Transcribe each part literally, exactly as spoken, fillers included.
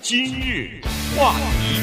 今日话题，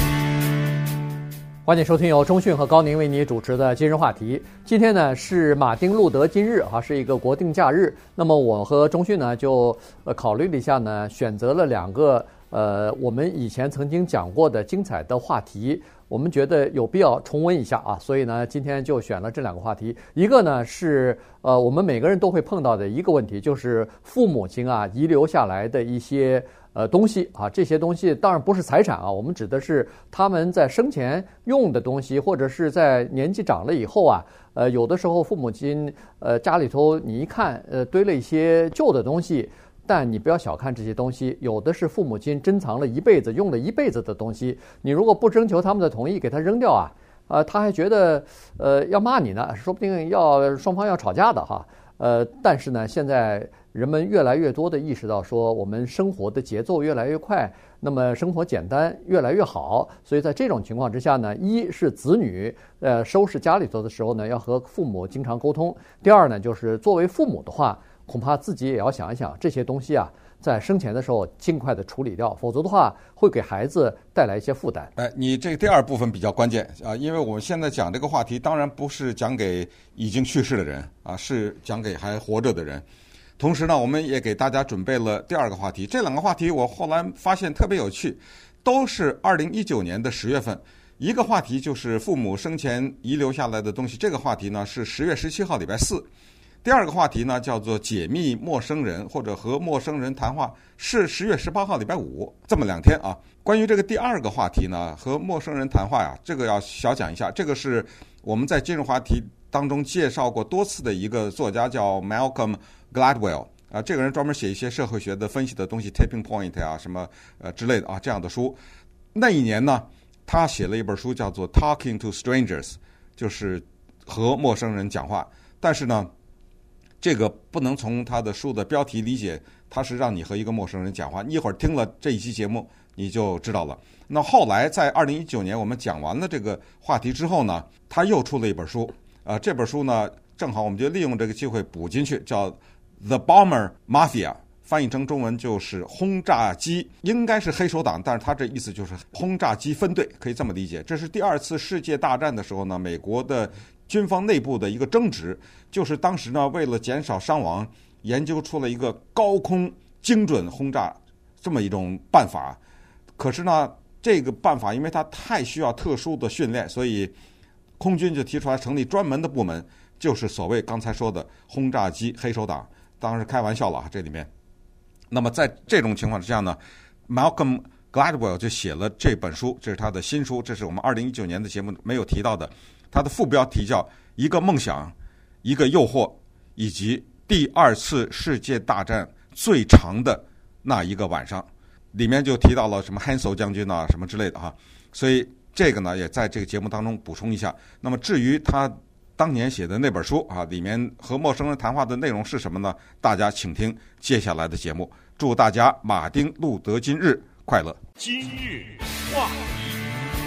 欢迎收听由钟讯和高宁为你主持的今日话题。今天呢是马丁路德金日啊，是一个国定假日。那么我和钟讯呢就呃考虑了一下呢，选择了两个呃我们以前曾经讲过的精彩的话题，我们觉得有必要重温一下啊，所以呢今天就选了这两个话题。一个呢是呃我们每个人都会碰到的一个问题，就是父母亲啊遗留下来的一些呃，东西啊，这些东西当然不是财产啊，我们指的是他们在生前用的东西，或者是在年纪长了以后啊，呃，有的时候父母亲呃家里头你一看呃堆了一些旧的东西，但你不要小看这些东西，有的是父母亲珍藏了一辈子、用了一辈子的东西，你如果不征求他们的同意给他扔掉啊，呃，他还觉得呃要骂你呢，说不定要双方要吵架的哈。呃，但是呢，现在人们越来越多的意识到说，我们生活的节奏越来越快，那么生活简单越来越好，所以在这种情况之下呢，一是子女呃收拾家里头的时候呢，要和父母经常沟通；第二呢，就是作为父母的话，恐怕自己也要想一想，这些东西啊，在生前的时候尽快的处理掉，否则的话会给孩子带来一些负担。 哎，你这个第二部分比较关键啊，因为我们现在讲这个话题，当然不是讲给已经去世的人啊，是讲给还活着的人。同时呢，我们也给大家准备了第二个话题。这两个话题我后来发现特别有趣，都是二零一九年的十月份。一个话题就是父母生前遗留下来的东西，这个话题呢是十月十七号礼拜四。第二个话题呢叫做解密陌生人或者和陌生人谈话，是十月十八号礼拜五，这么两天啊。关于这个第二个话题呢，和陌生人谈话呀，这个要小讲一下。这个是我们在今日话题当中介绍过多次的一个作家，叫 Malcolm Gladwell 啊，这个人专门写一些社会学的分析的东西 ，Tipping Point 啊什么呃之类的啊这样的书。那一年呢，他写了一本书叫做 Talking to Strangers， 就是和陌生人讲话。但是呢，这个不能从他的书的标题理解，他是让你和一个陌生人讲话。你一会儿听了这一期节目，你就知道了。那后来在二零一九年我们讲完了这个话题之后呢，他又出了一本书，呃，这本书呢，正好我们就利用这个机会补进去，叫 The Bomber Mafia， 翻译成中文就是轰炸机，应该是黑手党，但是他这意思就是轰炸机分队，可以这么理解。这是第二次世界大战的时候呢，美国的军方内部的一个争执，就是当时呢，为了减少伤亡，研究出了一个高空精准轰炸这么一种办法。可是呢，这个办法因为它太需要特殊的训练，所以空军就提出来成立专门的部门，就是所谓刚才说的轰炸机黑手党。当然是开玩笑了，这里面。那么在这种情况之下呢， Malcolm Gladwell 就写了这本书，这是他的新书，这是我们二零一九年的节目没有提到的。它的副标题叫一个梦想，一个诱惑，以及第二次世界大战最长的那一个晚上，里面就提到了什么 Hansel 将军啊什么之类的哈。所以这个呢也在这个节目当中补充一下。那么至于他当年写的那本书啊，里面和陌生人谈话的内容是什么呢？大家请听接下来的节目。祝大家马丁路德金日快乐。 今日话题，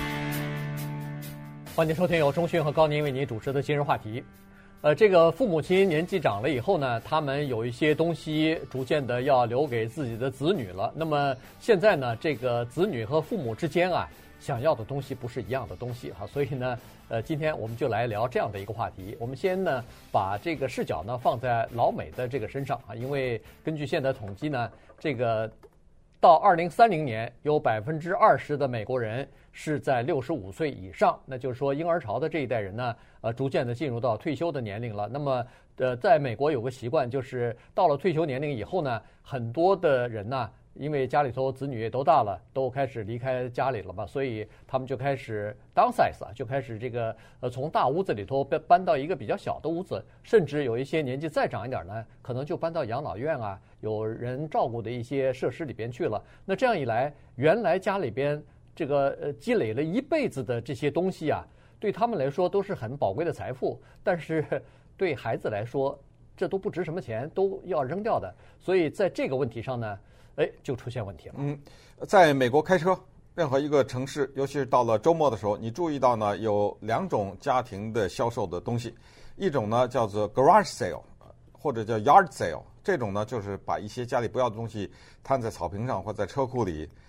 欢迎收听由钟讯和高宁为你主持的今日话题。呃，这个父母亲年纪长了以后呢，他们有一些东西逐渐的要留给自己的子女了。那么现在呢，这个子女和父母之间啊，想要的东西不是一样的东西哈，所以呢，呃，今天我们就来聊这样的一个话题。我们先呢，把这个视角呢放在老美的这个身上啊，因为根据现在统计呢，这个到二零三零年，有百分之二十的美国人是在六十五岁以上，那就是说婴儿潮的这一代人呢，呃，逐渐的进入到退休的年龄了。那么，呃，在美国有个习惯，就是到了退休年龄以后呢，很多的人呢，因为家里头子女也都大了，都开始离开家里了嘛，所以他们就开始 downsize 啊，就开始这个呃从大屋子里头搬搬到一个比较小的屋子，甚至有一些年纪再长一点呢，可能就搬到养老院啊，有人照顾的一些设施里边去了。那这样一来，原来家里边这个呃积累了一辈子的这些东西啊，对他们来说都是很宝贵的财富，但是对孩子来说，这都不值什么钱，都要扔掉的。所以在这个问题上呢，哎，就出现问题了。 嗯，在美国开车，任何一个城市，尤其是到了周末的时候，你注意到呢，有两种家庭的销售的东西，一种呢叫做 garage sale， 或者叫 yard sale， 这种呢就是把一些家里不要的东西摊在草坪上或在车库里。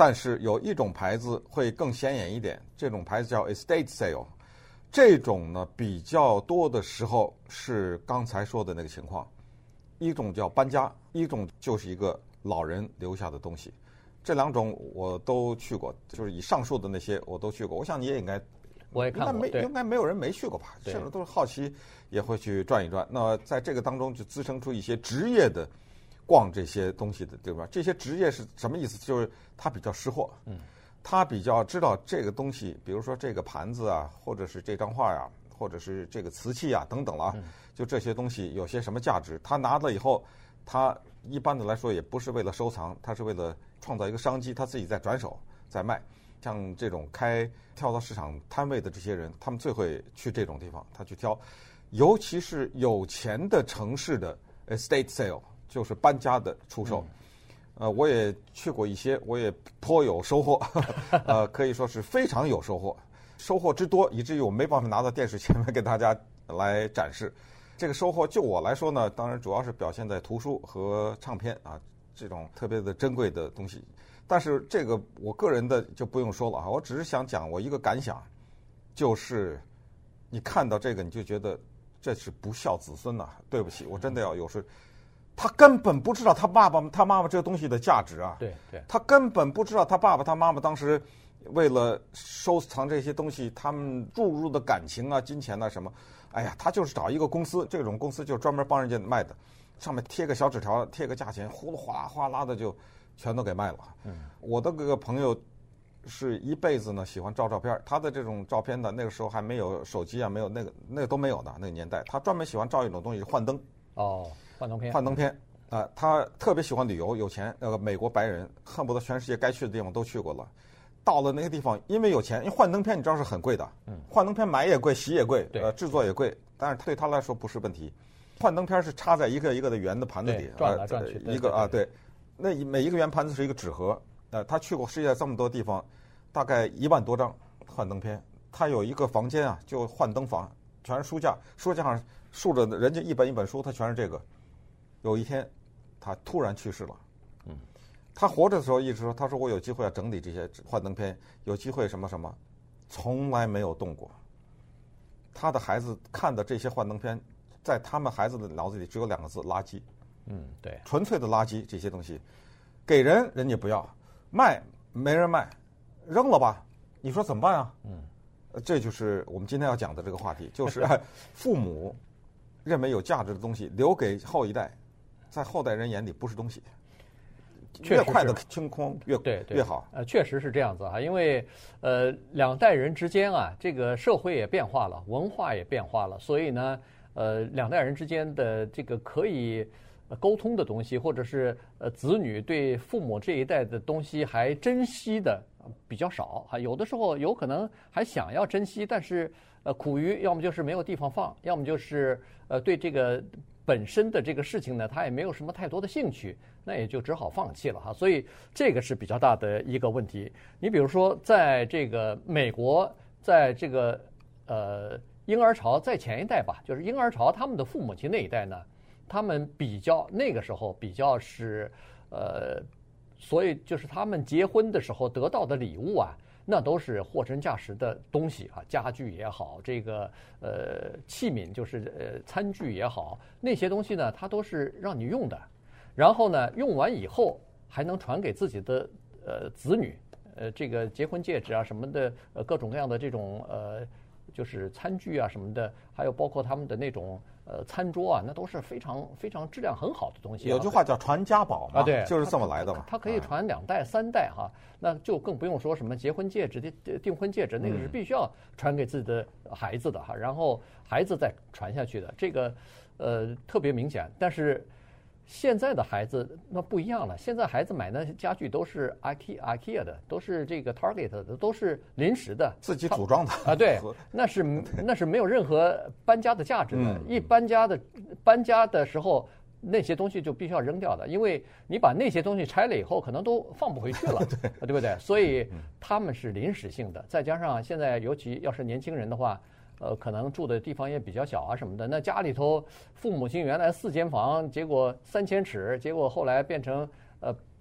但是有一种牌子会更显眼一点，这种牌子叫 estate sale。这种呢比较多的时候是刚才说的那个情况，一种叫搬家，一种就是一个老人留下的东西。这两种我都去过，就是以上述的那些我都去过。我想你也应该， 我也看过， 应该没应该没有人没去过吧？现在都是好奇也会去转一转。那在这个当中就滋生出一些职业的逛这些东西的，对吧？这些职业是什么意思？就是他比较识货，嗯。他比较知道这个东西，比如说这个盘子啊，或者是这张画呀、啊，或者是这个瓷器啊等等了，就这些东西有些什么价值，他拿了以后，他一般的来说也不是为了收藏，他是为了创造一个商机，他自己在转手在卖。像这种开跳蚤市场摊位的这些人，他们最会去这种地方，他去挑，尤其是有钱的城市的 estate sale， 就是搬家的出售。嗯呃，我也去过一些，我也颇有收获，呃，可以说是非常有收获，收获之多，以至于我没办法拿到电视前面给大家来展示。这个收获就我来说呢，当然主要是表现在图书和唱片啊这种特别的珍贵的东西。但是这个我个人的就不用说了啊，我只是想讲我一个感想，就是你看到这个你就觉得这是不孝子孙呐、啊，对不起，我真的要有时。他根本不知道他爸爸他妈妈这个东西的价值啊！ 对对， 他根本不知道他爸爸他妈妈当时为了收藏这些东西，他们注入的感情啊、金钱啊什么，哎呀，他就是找一个公司，这种公司就专门帮人家卖的，上面贴个小纸条，贴个价钱，呼噜哗啦哗啦的就全都给卖了。嗯，我的这个朋友是一辈子呢喜欢照照片，他的这种照片呢，那个时候还没有手机啊，没有那个那个都没有的那个年代，他专门喜欢照一种东西，幻灯。 哦。幻灯片， 幻灯片啊、呃，他特别喜欢旅游，有钱，那个美国白人，恨不得全世界该去的地方都去过了。到了那个地方，因为有钱，因为幻灯片你知道是很贵的，嗯，幻灯片买也贵，洗也贵，呃，制作也贵，但是对他来说不是问题。幻灯片是插在一个一个的圆的盘子里， 转来转去， 呃、一个啊，对，那每一个圆盘子是一个纸盒，呃，他去过世界这么多地方，大概一万多张幻灯片，他有一个房间啊，就幻灯房，全是书架，书架上竖着人家一本一本书，他全是这个。有一天，他突然去世了。嗯，他活着的时候一直说：“他说我有机会要整理这些幻灯片，有机会什么什么，从来没有动过。”他的孩子看的这些幻灯片，在他们孩子的脑子里只有两个字：垃圾。 嗯，对， 纯粹的垃圾。这些东西，给人人家不要，卖没人卖，扔了吧？你说怎么办啊？嗯，这就是我们今天要讲的这个话题，就是父母认为有价值的东西留给后一代。在后代人眼里不是东西，越快的清空越对越好。 呃，确实是这样子啊，因为呃两代人之间啊，这个社会也变化了，文化也变化了，所以呢，呃两代人之间的这个可以沟通的东西，或者是呃子女对父母这一代的东西还珍惜的比较少啊，有的时候有可能还想要珍惜，但是呃苦于要么就是没有地方放，要么就是呃对这个本身的这个事情呢，他也没有什么太多的兴趣，那也就只好放弃了哈。所以这个是比较大的一个问题。你比如说，在这个美国，在这个呃婴儿潮再前一代吧，就是婴儿潮他们的父母亲那一代呢，他们比较那个时候比较是呃，所以就是他们结婚的时候得到的礼物啊。那都是货真价实的东西啊，家具也好，这个呃器皿就是呃餐具也好，那些东西呢，它都是让你用的。然后呢，用完以后还能传给自己的呃子女，呃这个结婚戒指啊什么的，呃各种各样的这种呃就是餐具啊什么的，还有包括他们的那种呃餐桌啊，那都是非常非常质量很好的东西、啊。 有句话叫传家宝嘛， 啊，对， 就是这么来的嘛。 它可以传两代、三代哈、啊，那就更不用说什么结婚戒指、订婚戒指，那个是必须要传给自己的孩子的哈，然后孩子再传下去的，这个呃特别明显。但是现在的孩子那不一样了，现在孩子买那些家具都是 IKEA IKEA 的，都是这个 Target 的，都是临时的， 自己组装的啊，对，那是那是没有任何搬家的价值的。一搬家的搬家的时候，那些东西就必须要扔掉的，因为你把那些东西拆了以后，可能都放不回去了，对，对不对？所以他们是临时性的，再加上现在尤其要是年轻人的话。呃，可能住的地方也比较小啊什么的。那家里头父母亲原来四间房，结果三千尺，结果后来变成呃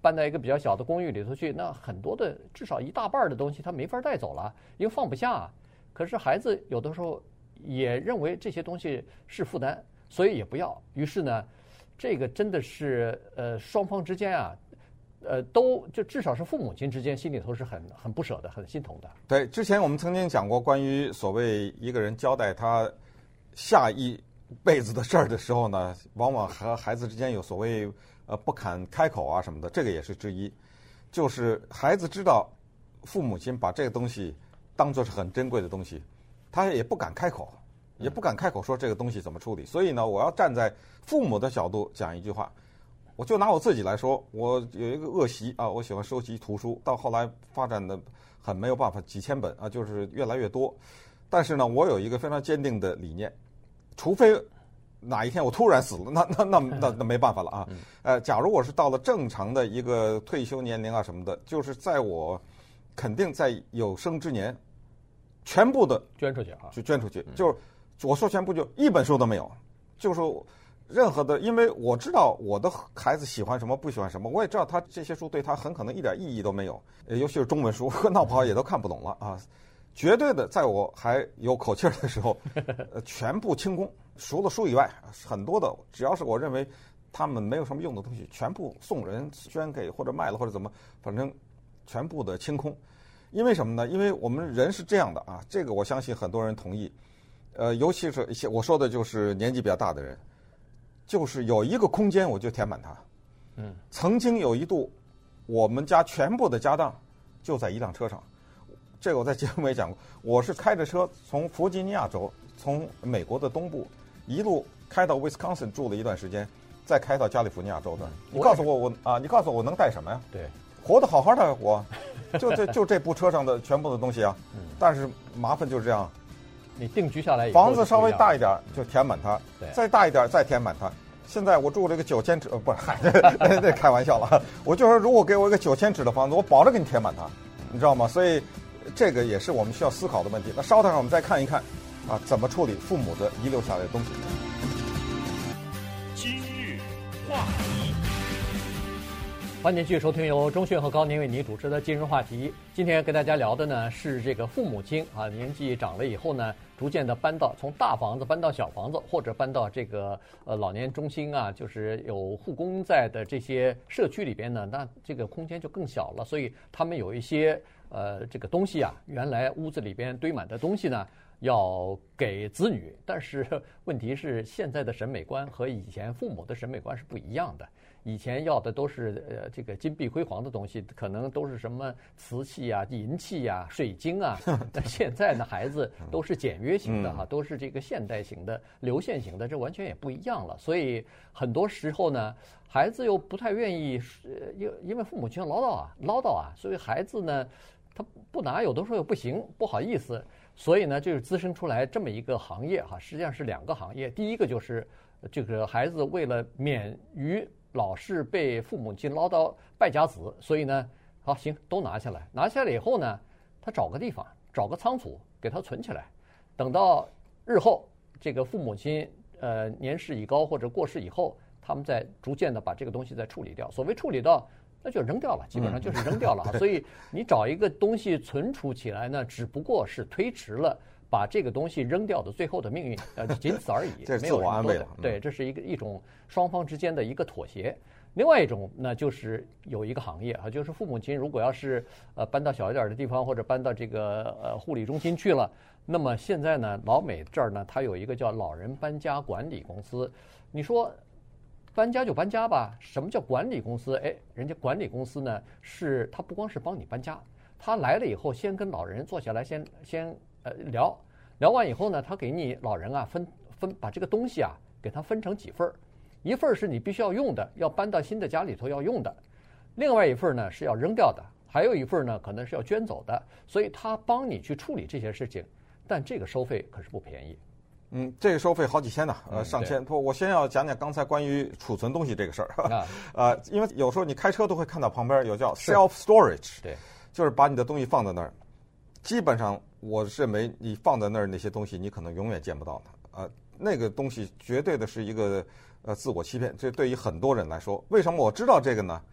搬到一个比较小的公寓里头去，那很多的至少一大半的东西他没法带走了，因为放不下。可是孩子有的时候也认为这些东西是负担，所以也不要。于是呢，这个真的是呃双方之间啊。呃，都就至少是父母亲之间心里头是很很不舍的，很心疼的。 对，之前我们曾经讲过关于所谓一个人交代他下一辈子的事儿的时候呢，往往和孩子之间有所谓呃不敢开口啊什么的，这个也是之一。就是孩子知道父母亲把这个东西当作是很珍贵的东西，他也不敢开口，也不敢开口说这个东西怎么处理。所以呢，我要站在父母的角度讲一句话。我就拿我自己来说，我有一个恶习啊，我喜欢收集图书，到后来发展的很没有办法，几千本啊，就是越来越多。但是呢，我有一个非常坚定的理念，除非哪一天我突然死了，那那那那那没办法了啊。呃，假如我是到了正常的一个退休年龄啊什么的，就是在我肯定在有生之年，全部的捐出去啊， 就捐出去，就是我说全部就一本书都没有，就是。任何的，因为我知道我的孩子喜欢什么，不喜欢什么，我也知道他这些书对他很可能一点意义都没有，尤其是中文书，闹不好也都看不懂了啊！绝对的，在我还有口气儿的时候，呃，全部清空。除了书以外，很多的，只要是我认为他们没有什么用的东西，全部送人、捐给或者卖了或者怎么，反正全部的清空。因为什么呢？因为我们人是这样的啊，这个我相信很多人同意。呃，尤其是一些我说的就是年纪比较大的人。就是有一个空间我就填满它， 嗯， 曾经有一度，我们家全部的家当就在一辆车上，这个我在节目也讲过，我是开着车从弗吉尼亚州，从美国的东部一路开到 Wisconsin 住了一段时间，再开到加利福尼亚州的。你告诉我我啊，你告诉我我能带什么呀？ 对， 活得好好的，我就这就这部车上的全部的东西啊，但是麻烦就是这样。 你定居下来以后， 房子稍微大一点就填满它，再大一点再填满它。现在我住这个九千尺，呃，不是，嗨，这开玩笑了。我就说，如果给我一个九千尺的房子，我保证给你填满它，你知道吗？所以这个也是我们需要思考的问题。那稍等，我们再看一看啊，怎么处理父母的遗留下来的东西。 今日话题。 欢迎继续收听由钟迅和高宁为你主持的今日话题。今天跟大家聊的呢是这个父母亲啊，年纪长了以后呢，逐渐的搬到从大房子搬到小房子，或者搬到这个呃老年中心啊，就是有护工在的这些社区里边呢，那这个空间就更小了，所以他们有一些呃这个东西啊，原来屋子里边堆满的东西呢，要给子女，但是问题是现在的审美观和以前父母的审美观是不一样的。以前要的都是呃这个金碧辉煌的东西，可能都是什么瓷器啊、银器啊、水晶啊。那现在呢，孩子都是简约型的哈，都是这个现代型的、流线型的，这完全也不一样了。所以很多时候呢，孩子又不太愿意，因因为父母亲唠叨啊、唠叨啊，所以孩子呢，他不拿，有的时候又不行，不好意思。所以呢，就是滋生出来这么一个行业哈，实际上是两个行业。第一个就是这个孩子为了免于老是被父母亲唠叨败家子，所以呢，好行都拿下来，拿下来以后呢，他找个地方，找个仓储给他存起来，等到日后这个父母亲呃年事已高或者过世以后，他们再逐渐的把这个东西再处理掉。所谓处理到，那就扔掉了，基本上就是扔掉了。嗯、所以你找一个东西存储起来呢，只不过是推迟了把这个东西扔掉的最后的命运，呃，仅此而已。 这是自我安慰了。 对，这是一个一种双方之间的一个妥协。另外一种呢，就是有一个行业啊，就是父母亲如果要是呃搬到小一点的地方，或者搬到这个呃护理中心去了，那么现在呢，老美这儿呢，它有一个叫老人搬家管理公司。你说搬家就搬家吧，什么叫管理公司？哎，人家管理公司呢，是他不光是帮你搬家，他来了以后先跟老人坐下来，先先呃聊聊完以后呢，他给你老人啊分分把这个东西啊给他分成几份儿。一份是你必须要用的，要搬到新的家里头要用的；另外一份呢是要扔掉的，还有一份呢可能是要捐走的。所以他帮你去处理这些事情，但这个收费可是不便宜。 嗯，这个收费好几千呢，呃，上千。不，我先要讲讲刚才关于储存东西这个事儿。啊，呃，因为有时候你开车都会看到旁边有叫 self storage， 对， 就是把你的东西放在那儿。基本上，我认为你放在那儿那些东西，你可能永远见不到它。呃，那个东西绝对的是一个。呃，自我欺骗，这对于很多人来说，为什么我知道这个呢？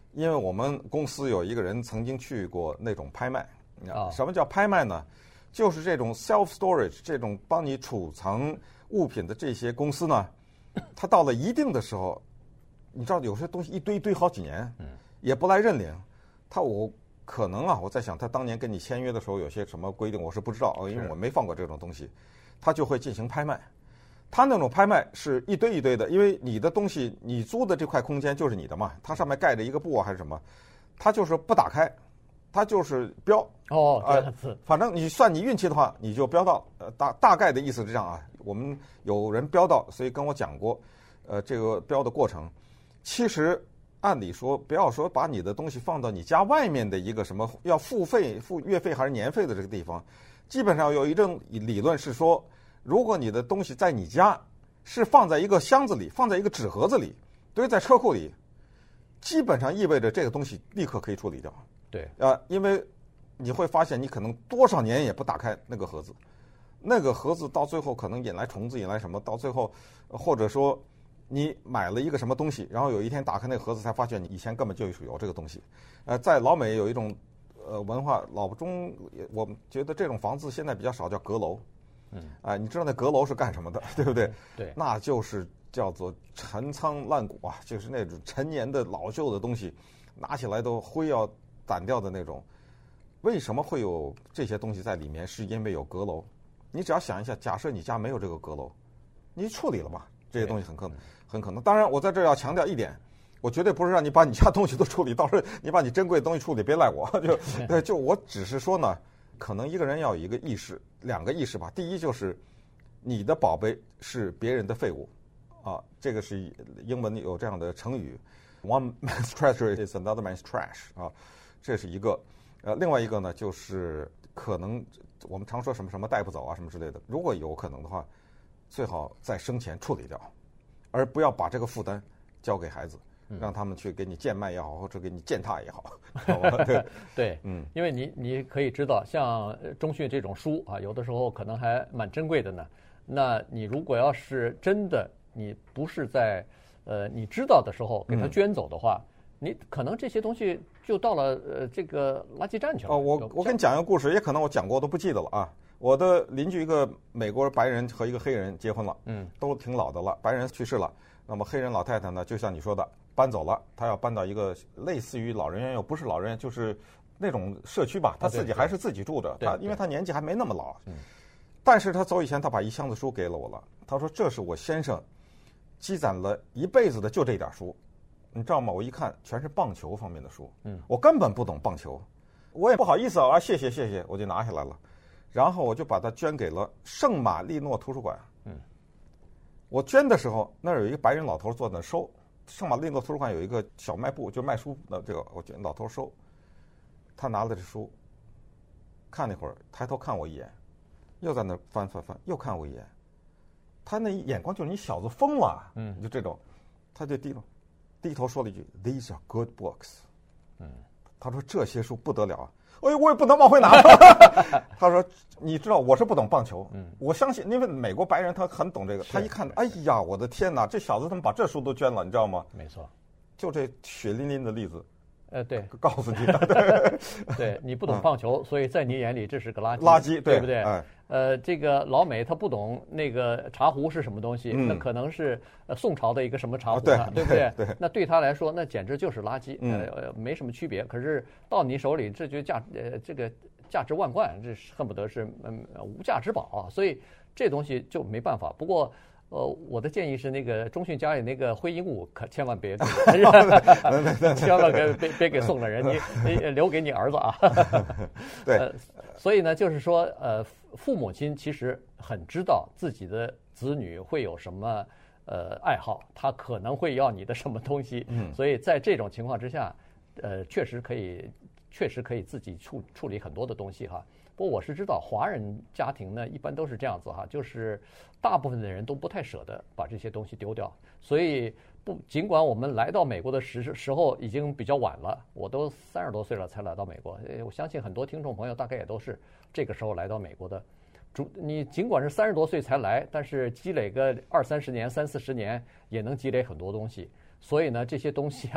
因为我们公司有一个人曾经去过那种拍卖。 啊， 什么叫拍卖呢？就是这种 self storage 这种帮你储藏物品的这些公司呢，它到了一定的时候，你知道有些东西一堆堆好几年，也不来认领。他我可能啊，我在想他当年跟你签约的时候有些什么规定，我是不知道，因为我没放过这种东西。他就会进行拍卖。他那种拍卖是一堆一堆的，因为你的东西你租的这块空间就是你的嘛，它上面盖着一个布啊还是什么，它就是不打开。它就是标哦，这样子、 呃，反正你算你运气的话，你就标到。呃，大大概的意思是这样啊。我们有人标到，所以跟我讲过，呃，这个标的过程。其实按理说，不要说把你的东西放到你家外面的一个什么要付费、付月费还是年费的这个地方，基本上有一种理论是说，如果你的东西在你家是放在一个箱子里，放在一个纸盒子里，堆在车库里，基本上意味着这个东西立刻可以处理掉。 对， 呃，因为你会发现，你可能多少年也不打开那个盒子，那个盒子到最后可能引来虫子，引来什么，到最后，或者说你买了一个什么东西，然后有一天打开那个盒子，才发现你以前根本就有这个东西。呃，在老美有一种呃文化，老中我们觉得这种房子现在比较少，叫阁楼。嗯，啊、呃，你知道那阁楼是干什么的，对不对？ 对， 那就是叫做陈仓烂谷啊，就是那种陈年的老旧的东西，拿起来都灰要掸掉的那种。为什么会有这些东西在里面？是因为有阁楼。你只要想一下，假设你家没有这个阁楼，你处理了吧？这些东西很可能，很可能。当然，我在这儿要强调一点，我绝对不是让你把你家东西都处理，到时候你把你珍贵的东西处理，别赖我。就对，就我只是说呢，可能一个人要有一个意识，两个意识吧。第一就是你的宝贝是别人的废物，啊，这个是英文有这样的成语 ，One man's treasure is another man's trash 啊，这是一个。呃，另外一个呢，就是可能我们常说什么什么带不走啊，什么之类的。如果有可能的话，最好在生前处理掉，而不要把这个负担交给孩子，让他们去给你贱卖也好，或者给你践踏也好。对对，嗯，因为你你可以知道，像中讯这种书啊，有的时候可能还蛮珍贵的呢。那你如果要是真的你不是在呃你知道的时候给他捐走的话。嗯，你可能这些东西就到了呃这个垃圾站去了。 哦，我我跟你讲一个故事，也可能我讲过，我都不记得了啊。我的邻居一个美国白人和一个黑人结婚了，嗯，都挺老的了，白人去世了，那么黑人老太太呢，就像你说的，搬走了，她要搬到一个类似于老人院，又不是老人院，就是那种社区吧，她自己还是自己住着，她因为她年纪还没那么老，嗯，但是她走以前，她把一箱子书给了我了，她说这是我先生积攒了一辈子的就这点书。你知道吗？我一看全是棒球方面的书，嗯，我根本不懂棒球，我也不好意思啊，谢谢谢谢，我就拿下来了，然后我就把它捐给了圣马力诺图书馆，嗯，我捐的时候那儿有一个白人老头坐那收，圣马力诺图书馆有一个小卖部，就卖书的这个，我捐老头收，他拿了这书，看那会儿抬头看我一眼，又在那翻翻翻，又看我一眼，他那眼光就是你小子疯了，嗯，就这种，他就低了。低头说了一句 ：“These are good books。”嗯，他说这些书不得了啊！哎呦，我也不能往回拿。他说：“你知道我是不懂棒球，嗯，我相信，因为美国白人他很懂这个。他一看，哎呀，我的天哪，这小子他们把这书都捐了，你知道吗？ 没错， 就这血淋淋的例子。 呃，对， 告诉你， 对你不懂棒球，所以在你眼里这是个垃圾， 垃圾， 对不对？ 哎， 呃，这个老美他不懂那个茶壶是什么东西，那可能是呃宋朝的一个什么茶壶， 对对不对？ 对， 那对他来说，那简直就是垃圾，呃，没什么区别。可是到你手里，这就价呃这个价值万贯，这恨不得是嗯无价之宝啊！所以这东西就没办法。不过。呃，我的建议是，那个中讯家里那个灰鹦鹉可千万别，千万别别别给送了人，你你留给你儿子啊。 对、 呃，所以呢，就是说，呃，父母亲其实很知道自己的子女会有什么呃爱好，他可能会要你的什么东西，嗯，所以在这种情况之下，呃，确实可以，确实可以自己处处理很多的东西哈。不过我是知道，华人家庭呢一般都是这样子哈，就是大部分的人都不太舍得把这些东西丢掉，所以不尽管我们来到美国的时时候已经比较晚了，我都三十多岁了才来到美国，我相信很多听众朋友大概也都是这个时候来到美国的。主你尽管是三十多岁才来，但是积累个二三十年、三四十年也能积累很多东西。所以呢，这些东西啊，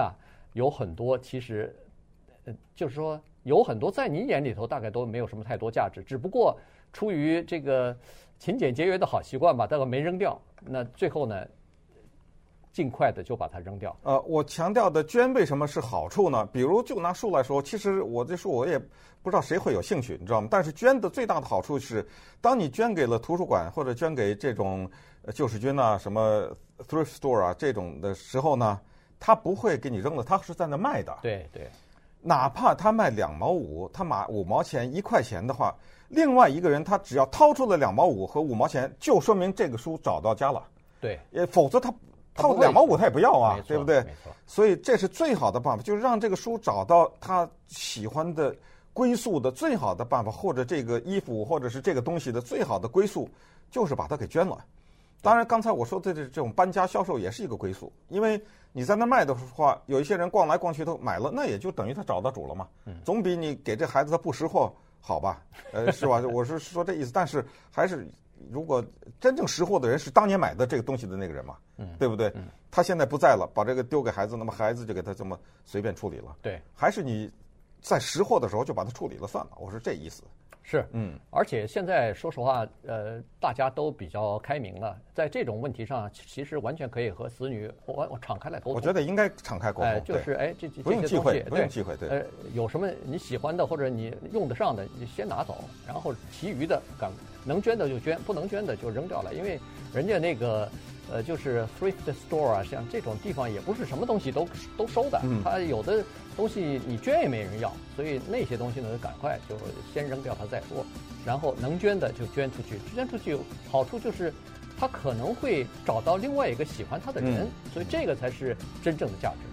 有很多其实，呃，就是说有很多在你眼里头大概都没有什么太多价值，只不过出于这个勤俭节约的好习惯吧，大概没扔掉。那最后呢，尽快的就把它扔掉。 呃，我强调的捐为什么是好处呢？比如就拿书来说，其实我这书我也不知道谁会有兴趣，你知道吗？但是捐的最大的好处是，当你捐给了图书馆或者捐给这种救世军啊、什么 thrift store 啊这种的时候呢，他不会给你扔了，他是在那卖的。 对对， 哪怕他卖两毛五，他买五毛钱、一块钱的话，另外一个人他只要掏出了两毛五和五毛钱，就说明这个书找到家了。 对， 也否则他。他两毛五他也不要啊，对不对？ 没错。 所以这是最好的办法，就是让这个书找到他喜欢的归宿的最好的办法，或者这个衣服或者是这个东西的最好的归宿，就是把它给捐了。当然，刚才我说的这这种搬家销售也是一个归宿，因为你在那卖的话，有一些人逛来逛去都买了，那也就等于他找到主了嘛。总比你给这孩子他不识货好吧？呃，是吧？我是说这意思，但是还是。如果真正识货的人是当年买的这个东西的那个人嘛，嗯，对不对？嗯，他现在不在了，把这个丢给孩子，那么孩子就给他这么随便处理了。 对， 还是你在识货的时候就把它处理了算了。我是这意思。 是，嗯，而且现在说实话，呃，大家都比较开明了，在这种问题上，其实完全可以和子女我我敞开来沟通。 我觉得应该敞开沟通， 哎，就是哎，这这不用这些东西， 不用忌讳，对， 呃，有什么你喜欢的或者你用得上的，你先拿走，然后其余的赶能捐的就捐，不能捐的就扔掉了，因为人家那个。呃，就是 thrift store 啊，像这种地方也不是什么东西都都收的， 嗯、 它有的东西你捐也没人要，所以那些东西呢，赶快就先扔掉它再说，然后能捐的就捐出去，捐出去好处就是他可能会找到另外一个喜欢他的人， 嗯、 所以这个才是真正的价值。